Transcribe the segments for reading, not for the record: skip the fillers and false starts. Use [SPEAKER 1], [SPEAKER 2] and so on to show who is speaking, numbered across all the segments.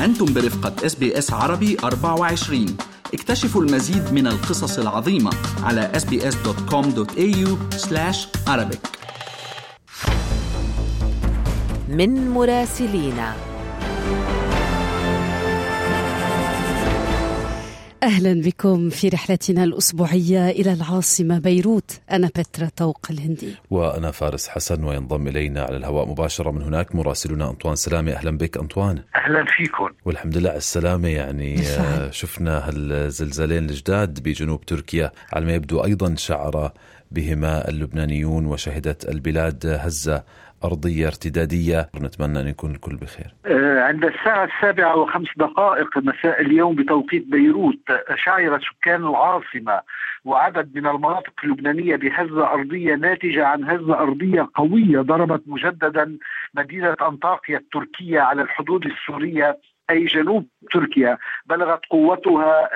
[SPEAKER 1] أنتم برفقة SBS عربي 24. اكتشفوا المزيد من القصص العظيمة على sbs.com.au/arabic.
[SPEAKER 2] من مراسلينا. أهلا بكم في رحلتنا الأسبوعية إلى العاصمة بيروت. أنا بترا طوق الهندي
[SPEAKER 3] وأنا فارس حسن، وينضم إلينا على الهواء مباشرة من هناك مراسلنا أنطوان سلامي. أهلا بك أنطوان.
[SPEAKER 4] أهلا فيكم.
[SPEAKER 3] والحمد لله على السلامة. يعني شفنا هالزلزالين الجداد بجنوب تركيا، على ما يبدو أيضا شعر بهما اللبنانيون، وشهدت البلاد هزة أرضية ارتدادية. نتمنى أن يكون الكل بخير.
[SPEAKER 4] عند الساعة 7:05 مساء اليوم بتوقيت بيروت، شعر سكان العاصمة وعدد من المناطق اللبنانية بهزة أرضية ناتجة عن هزة أرضية قوية ضربت مجددا مدينة أنطاكيا التركية على الحدود السورية، أي جنوب تركيا. بلغت قوتها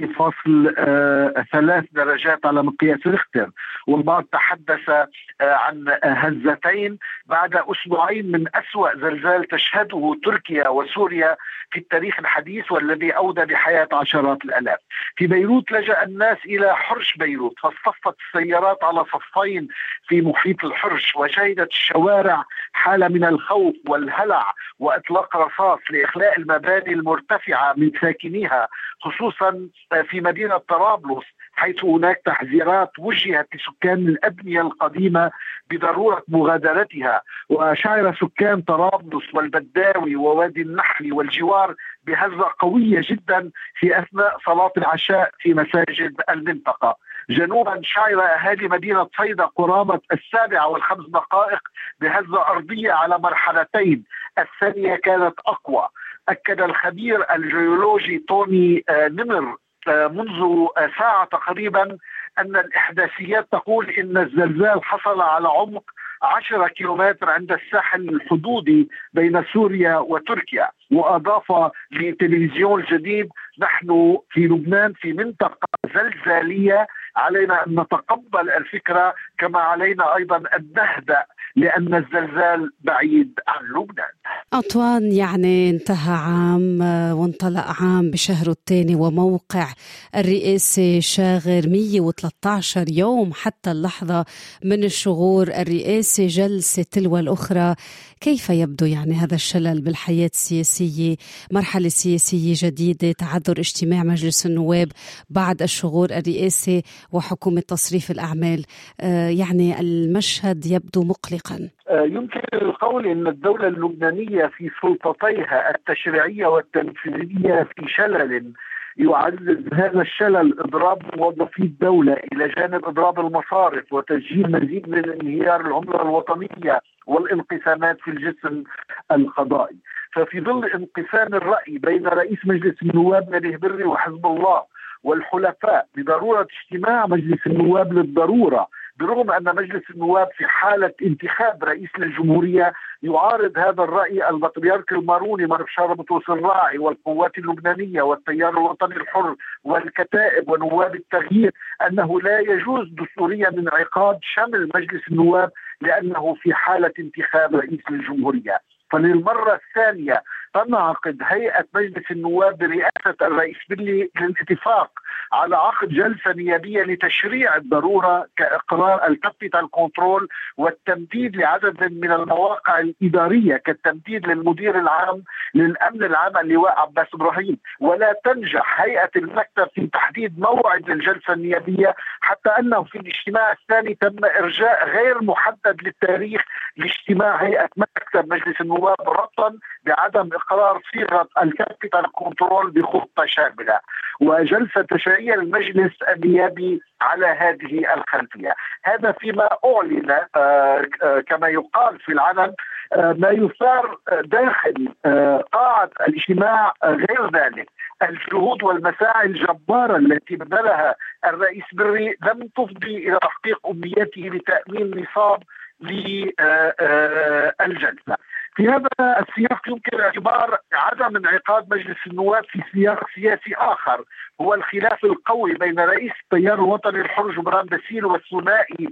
[SPEAKER 4] 6.3 درجات على مقياس ريختر، والبعض تحدث عن هزتين بعد أسبوعين من أسوأ زلزال تشهده تركيا وسوريا في التاريخ الحديث، والذي أودى بحياة عشرات الآلاف. في بيروت لجأ الناس إلى حرش بيروت، فاصطفت السيارات على صفين في محيط الحرش، وشهدت الشوارع حالة من الخوف والهلع وإطلاق رصاص لإخلاء المباني المرتفعة من ساكنيها، خصوصا في مدينة طرابلس، حيث هناك تحذيرات وجهت لسكان الأبنية القديمة بضرورة مغادرتها. وشعر سكان طرابلس والبداوي ووادي النحل والجوار بهزة قوية جدا في أثناء صلاة العشاء في مساجد المنطقة. جنوبا شعر أهالي مدينة صيدا قرابة 7:05 بهزة أرضية على مرحلتين، الثانية كانت أقوى. أكد الخبير الجيولوجي توني نمر منذ ساعة تقريبا أن الإحداثيات تقول إن الزلزال حصل على عمق 10 كيلومتر عند الساحل الحدودي بين سوريا وتركيا. وأضاف لتلفزيون الجديد: نحن في لبنان في منطقة زلزالية، علينا أن نتقبل الفكرة، كما علينا أيضا أن نهدأ لأن الزلزال بعيد عن لبنان.
[SPEAKER 2] أنطوان، يعني انتهى عام وانطلق عام بشهره الثاني، وموقع الرئاسة شاغر 113 يوم حتى اللحظة من الشغور الرئاسة جلسة تلو الأخرى. كيف يبدو يعني هذا الشلل بالحياة السياسية؟ مرحلة سياسية جديدة، تعذر اجتماع مجلس النواب بعد الشغور الرئاسي وحكومة تصريف الأعمال. يعني المشهد يبدو مقلقا.
[SPEAKER 4] يمكن القول أن الدولة اللبنانية في سلطتيها التشريعية والتنفيذية في شلل يعزز هذا الشلل إضراب موظفي الدولة، إلى جانب إضراب المصارف وتسجيل مزيد من انهيار العملة الوطنية والانقسامات في الجسم القضائي. ففي ظل انقسام الرأي بين رئيس مجلس النواب نبيه بري وحزب الله والحلفاء بضرورة اجتماع مجلس النواب للضرورة، برغم أن مجلس النواب في حالة انتخاب رئيس للجمهورية، يعارض هذا الرأي البطريرك الماروني مرشار بطرس الراعي والقوات اللبنانية والتيار الوطني الحر والكتائب ونواب التغيير أنه لا يجوز دستوريا انعقاد شمل مجلس النواب لأنه في حالة انتخاب رئيس للجمهورية. فللمرة الثانية تنعقد هيئة مجلس النواب برئاسة الرئيس بري للاتفاق على عقد جلسة نيابية لتشريع الضرورة كإقرار الكابيتال كنترول والتمديد لعدد من المواقع الإدارية، كالتمديد للمدير العام للأمن العام اللواء عباس إبراهيم. ولا تنجح هيئة المكتب في تحديد موعد للجلسة النيابية، حتى أنه في الاجتماع الثاني تم إرجاء غير محدد للتاريخ لاجتماع هيئة مكتب مجلس النواب، ربطا بعدم إقرار صيغة الكابيتال كنترول بخطة شاملة. وجلسة تشريعية المجلس النيابي على هذه الخلفية. هذا فيما أعلن كما يقال في العلن ما يثار داخل قاعة الاجتماع. غير ذلك الجهود والمساعي الجبارة التي بذلها الرئيس بري لم تفضي إلى تحقيق أمنيته لتأمين نصاب للجلسة. في هذا السياق يمكن اعتبار عدم انعقاد مجلس النواب في سياق سياسي آخر، هو الخلاف القوي بين رئيس التيار الوطني الحر جبران باسيل والثنائي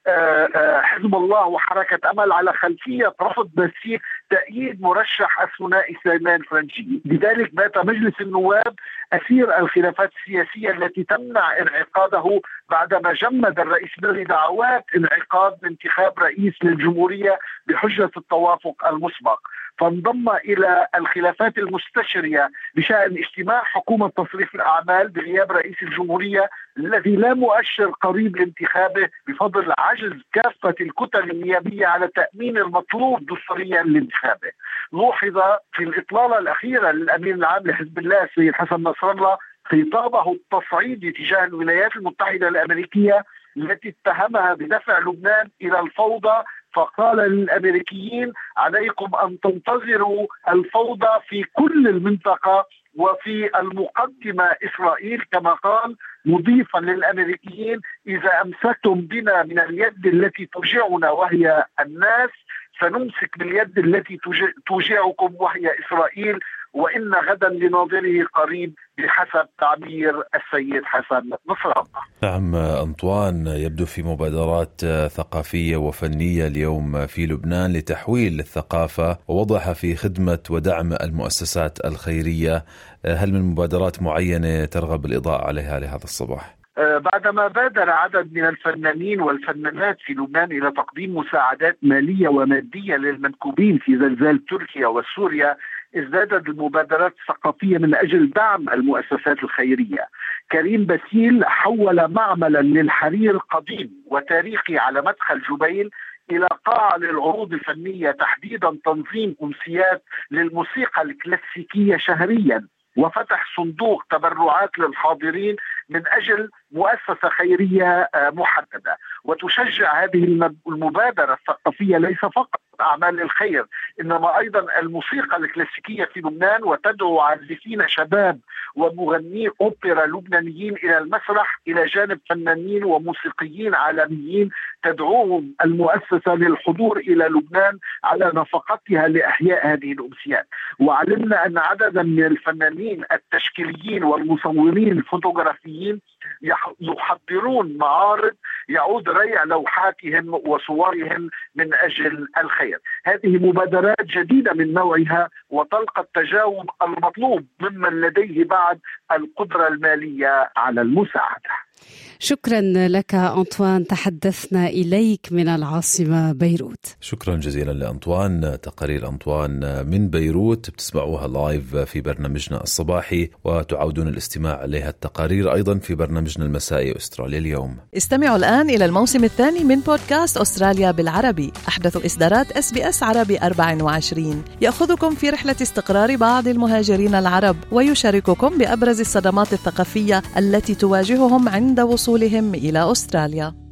[SPEAKER 4] حزب الله وحركة أمل على خلفية رفض بسيط تأييد مرشح الثنائي سليمان فرنجي. لذلك بات مجلس النواب أسير الخلافات السياسية التي تمنع انعقاده بعدما جمد الرئيس بري دعوات انعقاد انتخاب رئيس للجمهورية بحجة التوافق المسبق، فانضم إلى الخلافات المستشرية بشأن اجتماع حكومة تصريف الأعمال بغياب رئيس الجمهورية الذي لا مؤشر قريب لانتخابه بفضل عجز كافة الكتل النيابية على تأمين المطلوب دستوريا لانتخابه. لوحظ في الإطلالة الأخيرة للأمين العام لحزب الله السيد حسن نصر الله خطابه التصعيدي تجاه الولايات المتحدة الأمريكية التي اتهمها بدفع لبنان إلى الفوضى، فقال للأمريكيين عليكم أن تنتظروا الفوضى في كل المنطقة وفي المقدمة إسرائيل، كما قال مضيفا للأمريكيين إذا أمسكتم بنا من اليد التي توجعنا وهي الناس سنمسك باليد التي توجعكم وهي إسرائيل، وإن غدا لناظره قريب بحسب تعبير السيد حسن نصر الله.
[SPEAKER 3] نعم أنطوان، يبدو في مبادرات ثقافية وفنية اليوم في لبنان لتحويل الثقافة ووضعها في خدمة ودعم المؤسسات الخيرية. هل من مبادرات معينة ترغب الإضاءة عليها لهذا الصباح؟
[SPEAKER 4] بعدما بادر عدد من الفنانين والفنانات في لبنان إلى تقديم مساعدات مالية ومادية للمنكوبين في زلزال تركيا وسوريا، ازدادت المبادرات الثقافية من أجل دعم المؤسسات الخيرية. كريم باسيل حول معملا للحرير قديم وتاريخي على مدخل جبيل إلى قاعة للعروض الفنية، تحديدا تنظيم أمسيات للموسيقى الكلاسيكية شهريا، وفتح صندوق تبرعات للحاضرين من أجل مؤسسة خيرية محددة. وتشجع هذه المبادرة الثقافية ليس فقط أعمال الخير إنما أيضا الموسيقى الكلاسيكية في لبنان، وتدعو عازفين شباب ومغني أوبرا لبنانيين إلى المسرح إلى جانب فنانين وموسيقيين عالميين تدعوهم المؤسسة للحضور إلى لبنان على نفقتها لإحياء هذه الأمسيات. وعلمنا أن عددا من الفنانين التشكيليين والمصورين الفوتوغرافيين يحضرون معارض يعود ريع لوحاتهم وصورهم من أجل الخير. هذه مبادرات جديدة من نوعها وتلقى التجاوب المطلوب ممن لديه بعد القدرة المالية على المساعدة.
[SPEAKER 2] شكرا لك أنطوان، تحدثنا إليك من العاصمة بيروت.
[SPEAKER 3] شكرا جزيلا لأنطوان. تقارير أنطوان من بيروت بتسمعوها لايف في برنامجنا الصباحي، وتعودون الاستماع عليها التقارير أيضا في برنامجنا المسائي أستراليا اليوم.
[SPEAKER 5] استمعوا الآن إلى الموسم الثاني من بودكاست أستراليا بالعربي، أحدث إصدارات SBS عربي 24 يأخذكم في رحلة استقرار بعض المهاجرين العرب ويشارككم بأبرز الصدمات الثقافية التي تواجههم عند وصولهم إلى أستراليا.